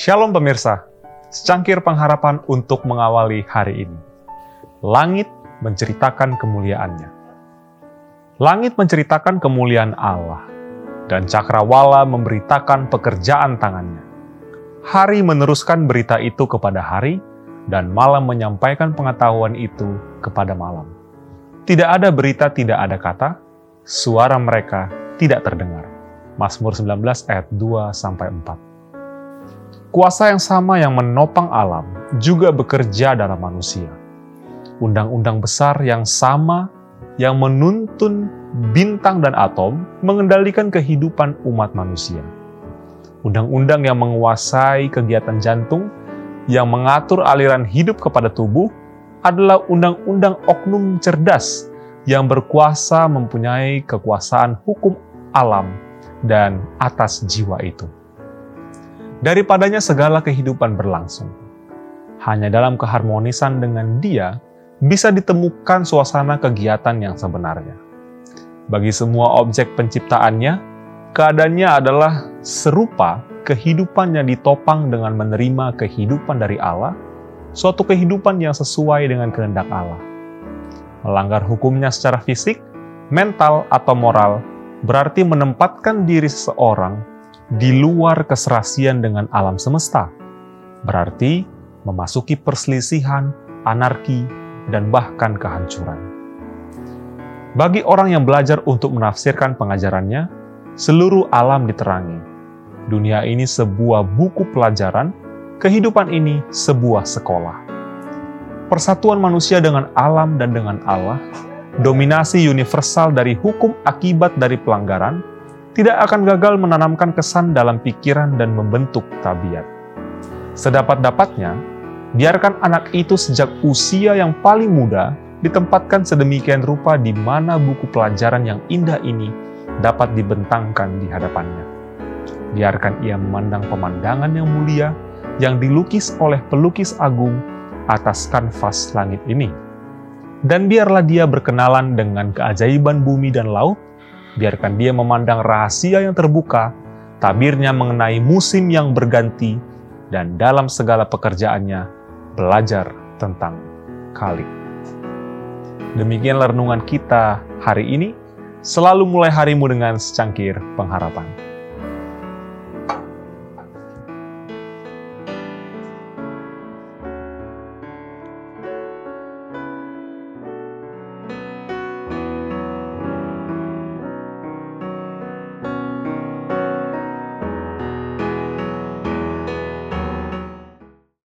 Shalom pemirsa, secangkir pengharapan untuk mengawali hari ini. Langit menceritakan kemuliaannya. Langit menceritakan kemuliaan Allah, dan cakrawala memberitakan pekerjaan tangannya. Hari meneruskan berita itu kepada hari, dan malam menyampaikan pengetahuan itu kepada malam. Tidak ada berita, tidak ada kata, suara mereka tidak terdengar. Mazmur 19 ayat 2-4. Kuasa yang sama yang menopang alam juga bekerja dalam manusia. Undang-undang besar yang sama yang menuntun bintang dan atom mengendalikan kehidupan umat manusia. Undang-undang yang menguasai kegiatan jantung, yang mengatur aliran hidup kepada tubuh, adalah undang-undang oknum cerdas yang berkuasa mempunyai kekuasaan hukum alam dan atas jiwa itu. Daripadanya segala kehidupan berlangsung. Hanya dalam keharmonisan dengan Dia bisa ditemukan suasana kegiatan yang sebenarnya. Bagi semua objek penciptaannya, keadaannya adalah serupa kehidupan yang ditopang dengan menerima kehidupan dari Allah, suatu kehidupan yang sesuai dengan kehendak Allah. Melanggar hukumnya secara fisik, mental, atau moral berarti menempatkan diri seseorang di luar keserasian dengan alam semesta, berarti memasuki perselisihan, anarki, dan bahkan kehancuran. Bagi orang yang belajar untuk menafsirkan pengajarannya, seluruh alam diterangi. Dunia ini sebuah buku pelajaran, kehidupan ini sebuah sekolah. Persatuan manusia dengan alam dan dengan Allah, dominasi universal dari hukum akibat dari pelanggaran, tidak akan gagal menanamkan kesan dalam pikiran dan membentuk tabiat. Sedapat-dapatnya, biarkan anak itu sejak usia yang paling muda ditempatkan sedemikian rupa di mana buku pelajaran yang indah ini dapat dibentangkan di hadapannya. Biarkan ia memandang pemandangan yang mulia yang dilukis oleh pelukis agung atas kanvas langit ini. Dan biarlah dia berkenalan dengan keajaiban bumi dan laut. Biarkan dia memandang rahasia yang terbuka, tabirnya mengenai musim yang berganti, dan dalam segala pekerjaannya belajar tentang Khalik. Demikianlah renungan kita hari ini. Selalu mulai harimu dengan secangkir pengharapan.